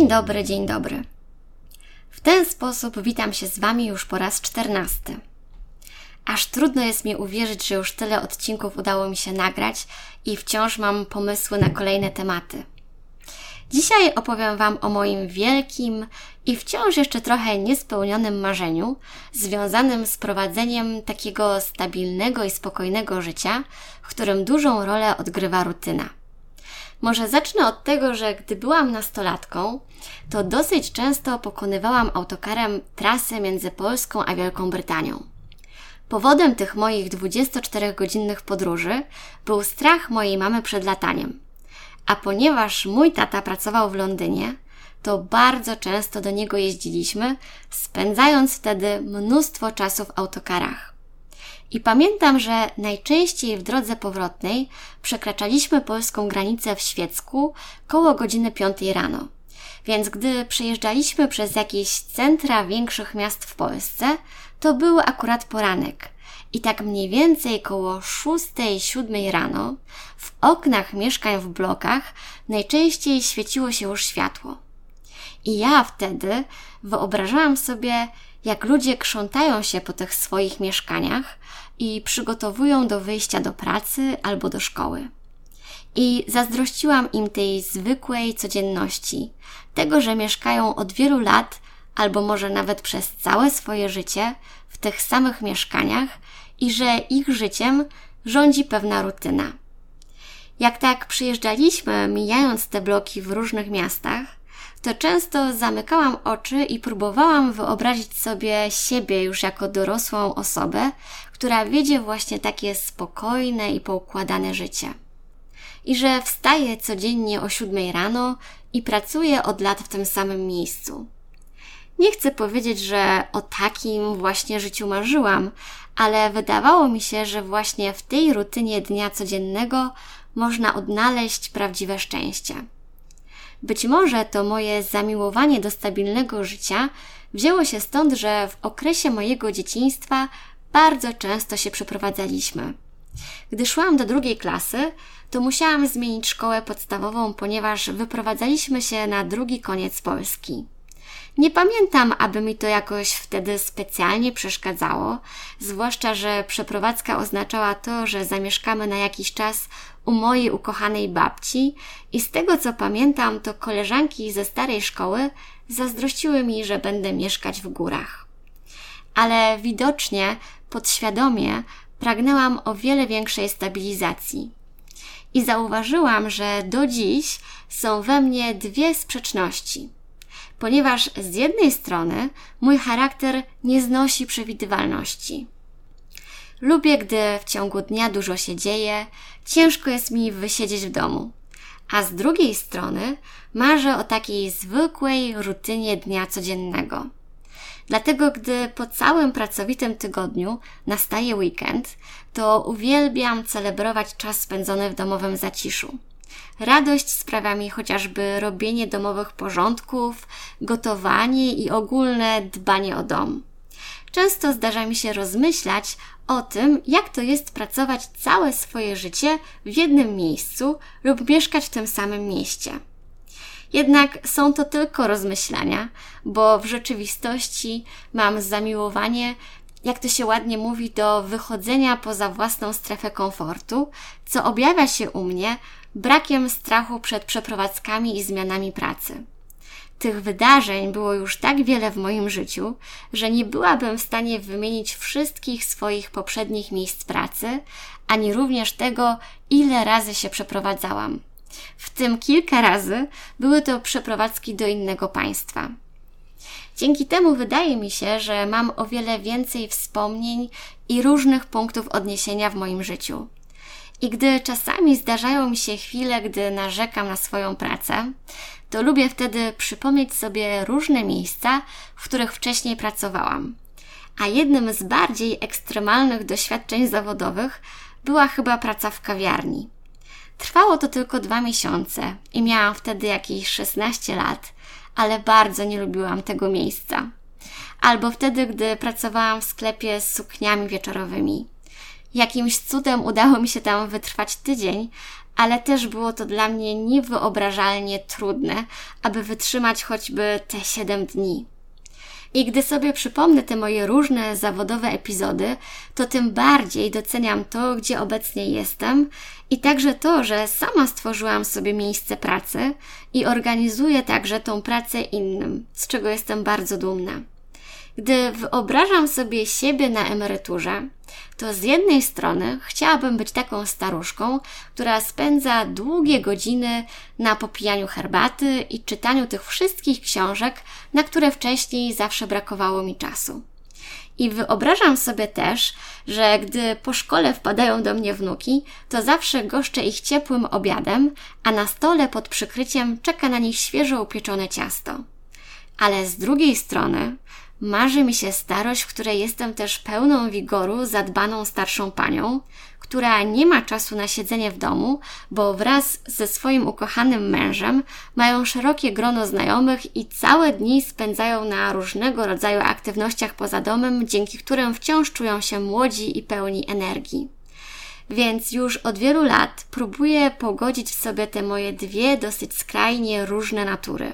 Dzień dobry, dzień dobry. W ten sposób witam się z Wami już po raz 14. Aż trudno jest mi uwierzyć, że już tyle odcinków udało mi się nagrać i wciąż mam pomysły na kolejne tematy. Dzisiaj opowiem Wam o moim wielkim i wciąż jeszcze trochę niespełnionym marzeniu związanym z prowadzeniem takiego stabilnego i spokojnego życia, w którym dużą rolę odgrywa rutyna. Może zacznę od tego, że gdy byłam nastolatką, to dosyć często pokonywałam autokarem trasę między Polską a Wielką Brytanią. Powodem tych moich 24-godzinnych podróży był strach mojej mamy przed lataniem. A ponieważ mój tata pracował w Londynie, to bardzo często do niego jeździliśmy, spędzając wtedy mnóstwo czasu w autokarach. I pamiętam, że najczęściej w drodze powrotnej przekraczaliśmy polską granicę w Świecku koło godziny 5 rano. Więc gdy przejeżdżaliśmy przez jakieś centra większych miast w Polsce, to był akurat poranek. I tak mniej więcej koło 6-7 rano w oknach mieszkań w blokach najczęściej świeciło się już światło. I ja wtedy wyobrażałam sobie, jak ludzie krzątają się po tych swoich mieszkaniach i przygotowują do wyjścia do pracy albo do szkoły. I zazdrościłam im tej zwykłej codzienności, tego, że mieszkają od wielu lat albo może nawet przez całe swoje życie w tych samych mieszkaniach i że ich życiem rządzi pewna rutyna. Jak tak przyjeżdżaliśmy, mijając te bloki w różnych miastach, to często zamykałam oczy i próbowałam wyobrazić sobie siebie już jako dorosłą osobę, która wiedzie właśnie takie spokojne i poukładane życie. I że wstaje codziennie o 7 rano i pracuje od lat w tym samym miejscu. Nie chcę powiedzieć, że o takim właśnie życiu marzyłam, ale wydawało mi się, że właśnie w tej rutynie dnia codziennego można odnaleźć prawdziwe szczęście. Być może to moje zamiłowanie do stabilnego życia wzięło się stąd, że w okresie mojego dzieciństwa bardzo często się przeprowadzaliśmy. Gdy szłam do 2. klasy, to musiałam zmienić szkołę podstawową, ponieważ wyprowadzaliśmy się na drugi koniec Polski. Nie pamiętam, aby mi to jakoś wtedy specjalnie przeszkadzało, zwłaszcza, że przeprowadzka oznaczała to, że zamieszkamy na jakiś czas u mojej ukochanej babci i z tego co pamiętam, to koleżanki ze starej szkoły zazdrościły mi, że będę mieszkać w górach. Ale widocznie, podświadomie pragnęłam o wiele większej stabilizacji. I zauważyłam, że do dziś są we mnie dwie sprzeczności. Ponieważ z jednej strony mój charakter nie znosi przewidywalności. Lubię, gdy w ciągu dnia dużo się dzieje, ciężko jest mi wysiedzieć w domu. A z drugiej strony marzę o takiej zwykłej rutynie dnia codziennego. Dlatego, gdy po całym pracowitym tygodniu nastaje weekend, to uwielbiam celebrować czas spędzony w domowym zaciszu. Radość sprawia mi chociażby robienie domowych porządków, gotowanie i ogólne dbanie o dom. Często zdarza mi się rozmyślać o tym, jak to jest pracować całe swoje życie w jednym miejscu lub mieszkać w tym samym mieście. Jednak są to tylko rozmyślania, bo w rzeczywistości mam zamiłowanie, jak to się ładnie mówi, do wychodzenia poza własną strefę komfortu, co objawia się u mnie brakiem strachu przed przeprowadzkami i zmianami pracy. Tych wydarzeń było już tak wiele w moim życiu, że nie byłabym w stanie wymienić wszystkich swoich poprzednich miejsc pracy, ani również tego, ile razy się przeprowadzałam. W tym kilka razy były to przeprowadzki do innego państwa. Dzięki temu wydaje mi się, że mam o wiele więcej wspomnień i różnych punktów odniesienia w moim życiu. I gdy czasami zdarzają mi się chwile, gdy narzekam na swoją pracę, to lubię wtedy przypomnieć sobie różne miejsca, w których wcześniej pracowałam. A jednym z bardziej ekstremalnych doświadczeń zawodowych była chyba praca w kawiarni. Trwało to tylko 2 miesiące i miałam wtedy jakieś 16 lat, ale bardzo nie lubiłam tego miejsca. Albo wtedy, gdy pracowałam w sklepie z sukniami wieczorowymi. Jakimś cudem udało mi się tam wytrwać tydzień, ale też było to dla mnie niewyobrażalnie trudne, aby wytrzymać choćby te 7 dni. I gdy sobie przypomnę te moje różne zawodowe epizody, to tym bardziej doceniam to, gdzie obecnie jestem i także to, że sama stworzyłam sobie miejsce pracy i organizuję także tą pracę innym, z czego jestem bardzo dumna. Gdy wyobrażam sobie siebie na emeryturze, to z jednej strony chciałabym być taką staruszką, która spędza długie godziny na popijaniu herbaty i czytaniu tych wszystkich książek, na które wcześniej zawsze brakowało mi czasu. I wyobrażam sobie też, że gdy po szkole wpadają do mnie wnuki, to zawsze goszczę ich ciepłym obiadem, a na stole pod przykryciem czeka na nich świeżo upieczone ciasto. Ale z drugiej strony marzy mi się starość, w której jestem też pełną wigoru, zadbaną starszą panią, która nie ma czasu na siedzenie w domu, bo wraz ze swoim ukochanym mężem mają szerokie grono znajomych i całe dni spędzają na różnego rodzaju aktywnościach poza domem, dzięki którym wciąż czują się młodzi i pełni energii. Więc już od wielu lat próbuję pogodzić w sobie te moje dwie dosyć skrajnie różne natury.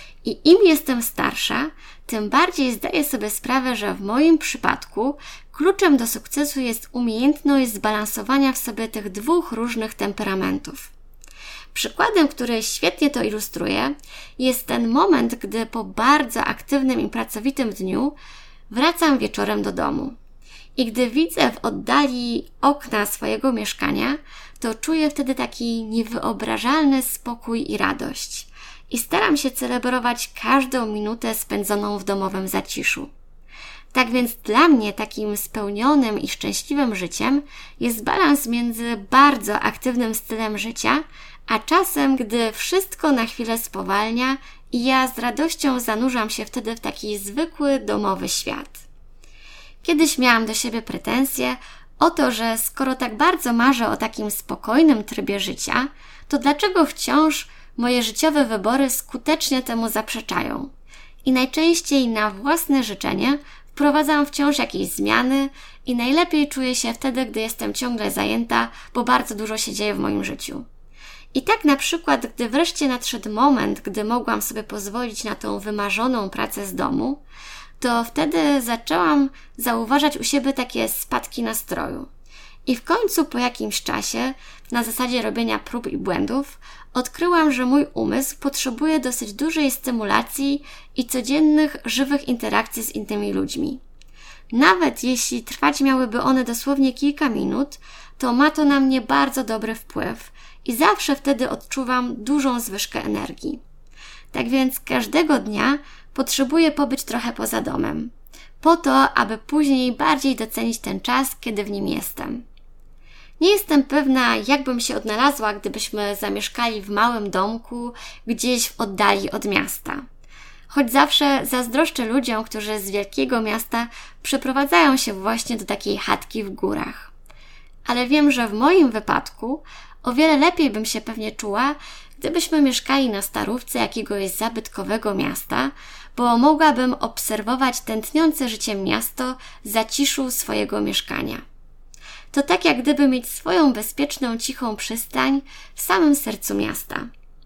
I im jestem starsza, tym bardziej zdaję sobie sprawę, że w moim przypadku kluczem do sukcesu jest umiejętność zbalansowania w sobie tych dwóch różnych temperamentów. Przykładem, który świetnie to ilustruje, jest ten moment, gdy po bardzo aktywnym i pracowitym dniu wracam wieczorem do domu. I gdy widzę w oddali okna swojego mieszkania, to czuję wtedy taki niewyobrażalny spokój i radość. I staram się celebrować każdą minutę spędzoną w domowym zaciszu. Tak więc dla mnie takim spełnionym i szczęśliwym życiem jest balans między bardzo aktywnym stylem życia, a czasem, gdy wszystko na chwilę spowalnia i ja z radością zanurzam się wtedy w taki zwykły domowy świat. Kiedyś miałam do siebie pretensje o to, że skoro tak bardzo marzę o takim spokojnym trybie życia, to dlaczego wciąż moje życiowe wybory skutecznie temu zaprzeczają i najczęściej na własne życzenie wprowadzam wciąż jakieś zmiany i najlepiej czuję się wtedy, gdy jestem ciągle zajęta, bo bardzo dużo się dzieje w moim życiu. I tak na przykład, gdy wreszcie nadszedł moment, gdy mogłam sobie pozwolić na tą wymarzoną pracę z domu, to wtedy zaczęłam zauważać u siebie takie spadki nastroju. I w końcu po jakimś czasie, na zasadzie robienia prób i błędów, odkryłam, że mój umysł potrzebuje dosyć dużej stymulacji i codziennych, żywych interakcji z innymi ludźmi. Nawet jeśli trwać miałyby one dosłownie kilka minut, to ma to na mnie bardzo dobry wpływ i zawsze wtedy odczuwam dużą zwyżkę energii. Tak więc każdego dnia potrzebuję pobyć trochę poza domem, po to, aby później bardziej docenić ten czas, kiedy w nim jestem. Nie jestem pewna, jak bym się odnalazła, gdybyśmy zamieszkali w małym domku gdzieś w oddali od miasta. Choć zawsze zazdroszczę ludziom, którzy z wielkiego miasta przeprowadzają się właśnie do takiej chatki w górach. Ale wiem, że w moim wypadku o wiele lepiej bym się pewnie czuła, gdybyśmy mieszkali na starówce jakiegoś zabytkowego miasta, bo mogłabym obserwować tętniące życiem miasto w zaciszu swojego mieszkania. To tak jak gdyby mieć swoją bezpieczną, cichą przystań w samym sercu miasta.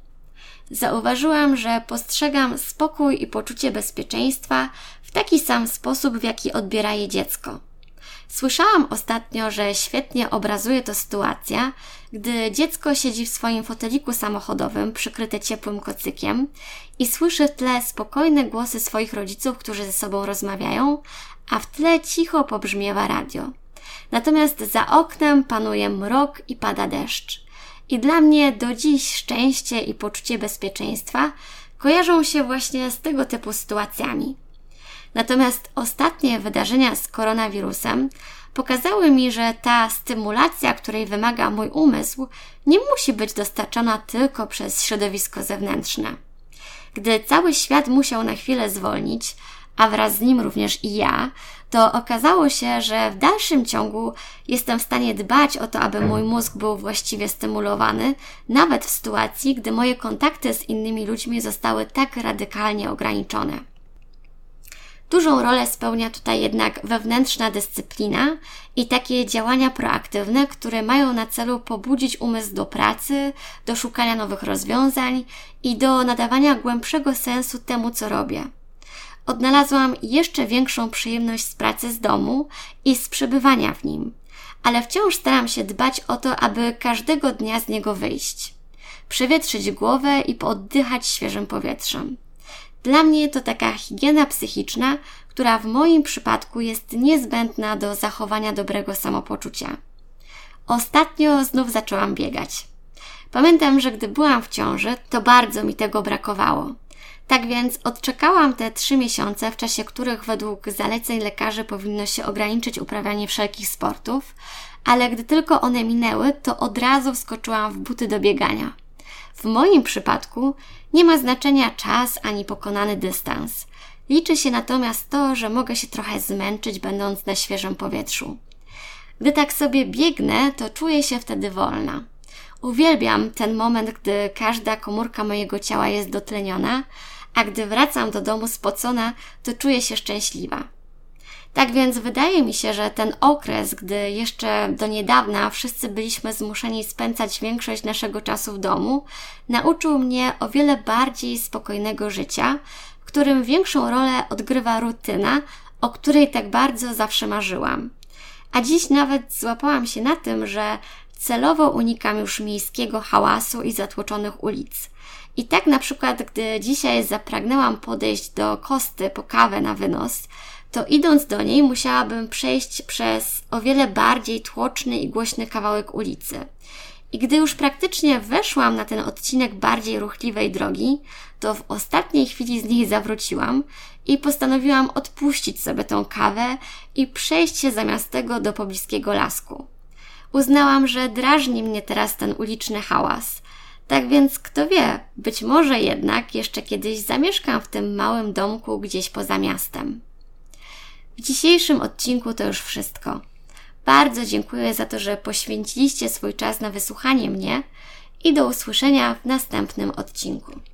Zauważyłam, że postrzegam spokój i poczucie bezpieczeństwa w taki sam sposób, w jaki odbiera je dziecko. Słyszałam ostatnio, że świetnie obrazuje to sytuacja, gdy dziecko siedzi w swoim foteliku samochodowym przykryte ciepłym kocykiem i słyszy w tle spokojne głosy swoich rodziców, którzy ze sobą rozmawiają, a w tle cicho pobrzmiewa radio. Natomiast za oknem panuje mrok i pada deszcz. I dla mnie do dziś szczęście i poczucie bezpieczeństwa kojarzą się właśnie z tego typu sytuacjami. Natomiast ostatnie wydarzenia z koronawirusem pokazały mi, że ta stymulacja, której wymaga mój umysł, nie musi być dostarczana tylko przez środowisko zewnętrzne. Gdy cały świat musiał na chwilę zwolnić, a wraz z nim również i ja, to okazało się, że w dalszym ciągu jestem w stanie dbać o to, aby mój mózg był właściwie stymulowany, nawet w sytuacji, gdy moje kontakty z innymi ludźmi zostały tak radykalnie ograniczone. Dużą rolę spełnia tutaj jednak wewnętrzna dyscyplina i takie działania proaktywne, które mają na celu pobudzić umysł do pracy, do szukania nowych rozwiązań i do nadawania głębszego sensu temu, co robię. Odnalazłam jeszcze większą przyjemność z pracy z domu i z przebywania w nim, ale wciąż staram się dbać o to, aby każdego dnia z niego wyjść, przewietrzyć głowę i pooddychać świeżym powietrzem. Dla mnie to taka higiena psychiczna, która w moim przypadku jest niezbędna do zachowania dobrego samopoczucia. Ostatnio znów zaczęłam biegać. Pamiętam, że gdy byłam w ciąży, to bardzo mi tego brakowało. Tak więc odczekałam te 3 miesiące, w czasie których według zaleceń lekarzy powinno się ograniczyć uprawianie wszelkich sportów, ale gdy tylko one minęły, to od razu wskoczyłam w buty do biegania. W moim przypadku nie ma znaczenia czas ani pokonany dystans. Liczy się natomiast to, że mogę się trochę zmęczyć, będąc na świeżym powietrzu. Gdy tak sobie biegnę, to czuję się wtedy wolna. Uwielbiam ten moment, gdy każda komórka mojego ciała jest dotleniona, a gdy wracam do domu spocona, to czuję się szczęśliwa. Tak więc wydaje mi się, że ten okres, gdy jeszcze do niedawna wszyscy byliśmy zmuszeni spędzać większość naszego czasu w domu, nauczył mnie o wiele bardziej spokojnego życia, w którym większą rolę odgrywa rutyna, o której tak bardzo zawsze marzyłam. A dziś nawet złapałam się na tym, że celowo unikam już miejskiego hałasu i zatłoczonych ulic. I tak na przykład, gdy dzisiaj zapragnęłam podejść do Kosty po kawę na wynos, to idąc do niej musiałabym przejść przez o wiele bardziej tłoczny i głośny kawałek ulicy. I gdy już praktycznie weszłam na ten odcinek bardziej ruchliwej drogi, to w ostatniej chwili z niej zawróciłam i postanowiłam odpuścić sobie tą kawę i przejść się zamiast tego do pobliskiego lasku. Uznałam, że drażni mnie teraz ten uliczny hałas. Tak więc kto wie, być może jednak jeszcze kiedyś zamieszkam w tym małym domku gdzieś poza miastem. W dzisiejszym odcinku to już wszystko. Bardzo dziękuję za to, że poświęciliście swój czas na wysłuchanie mnie i do usłyszenia w następnym odcinku.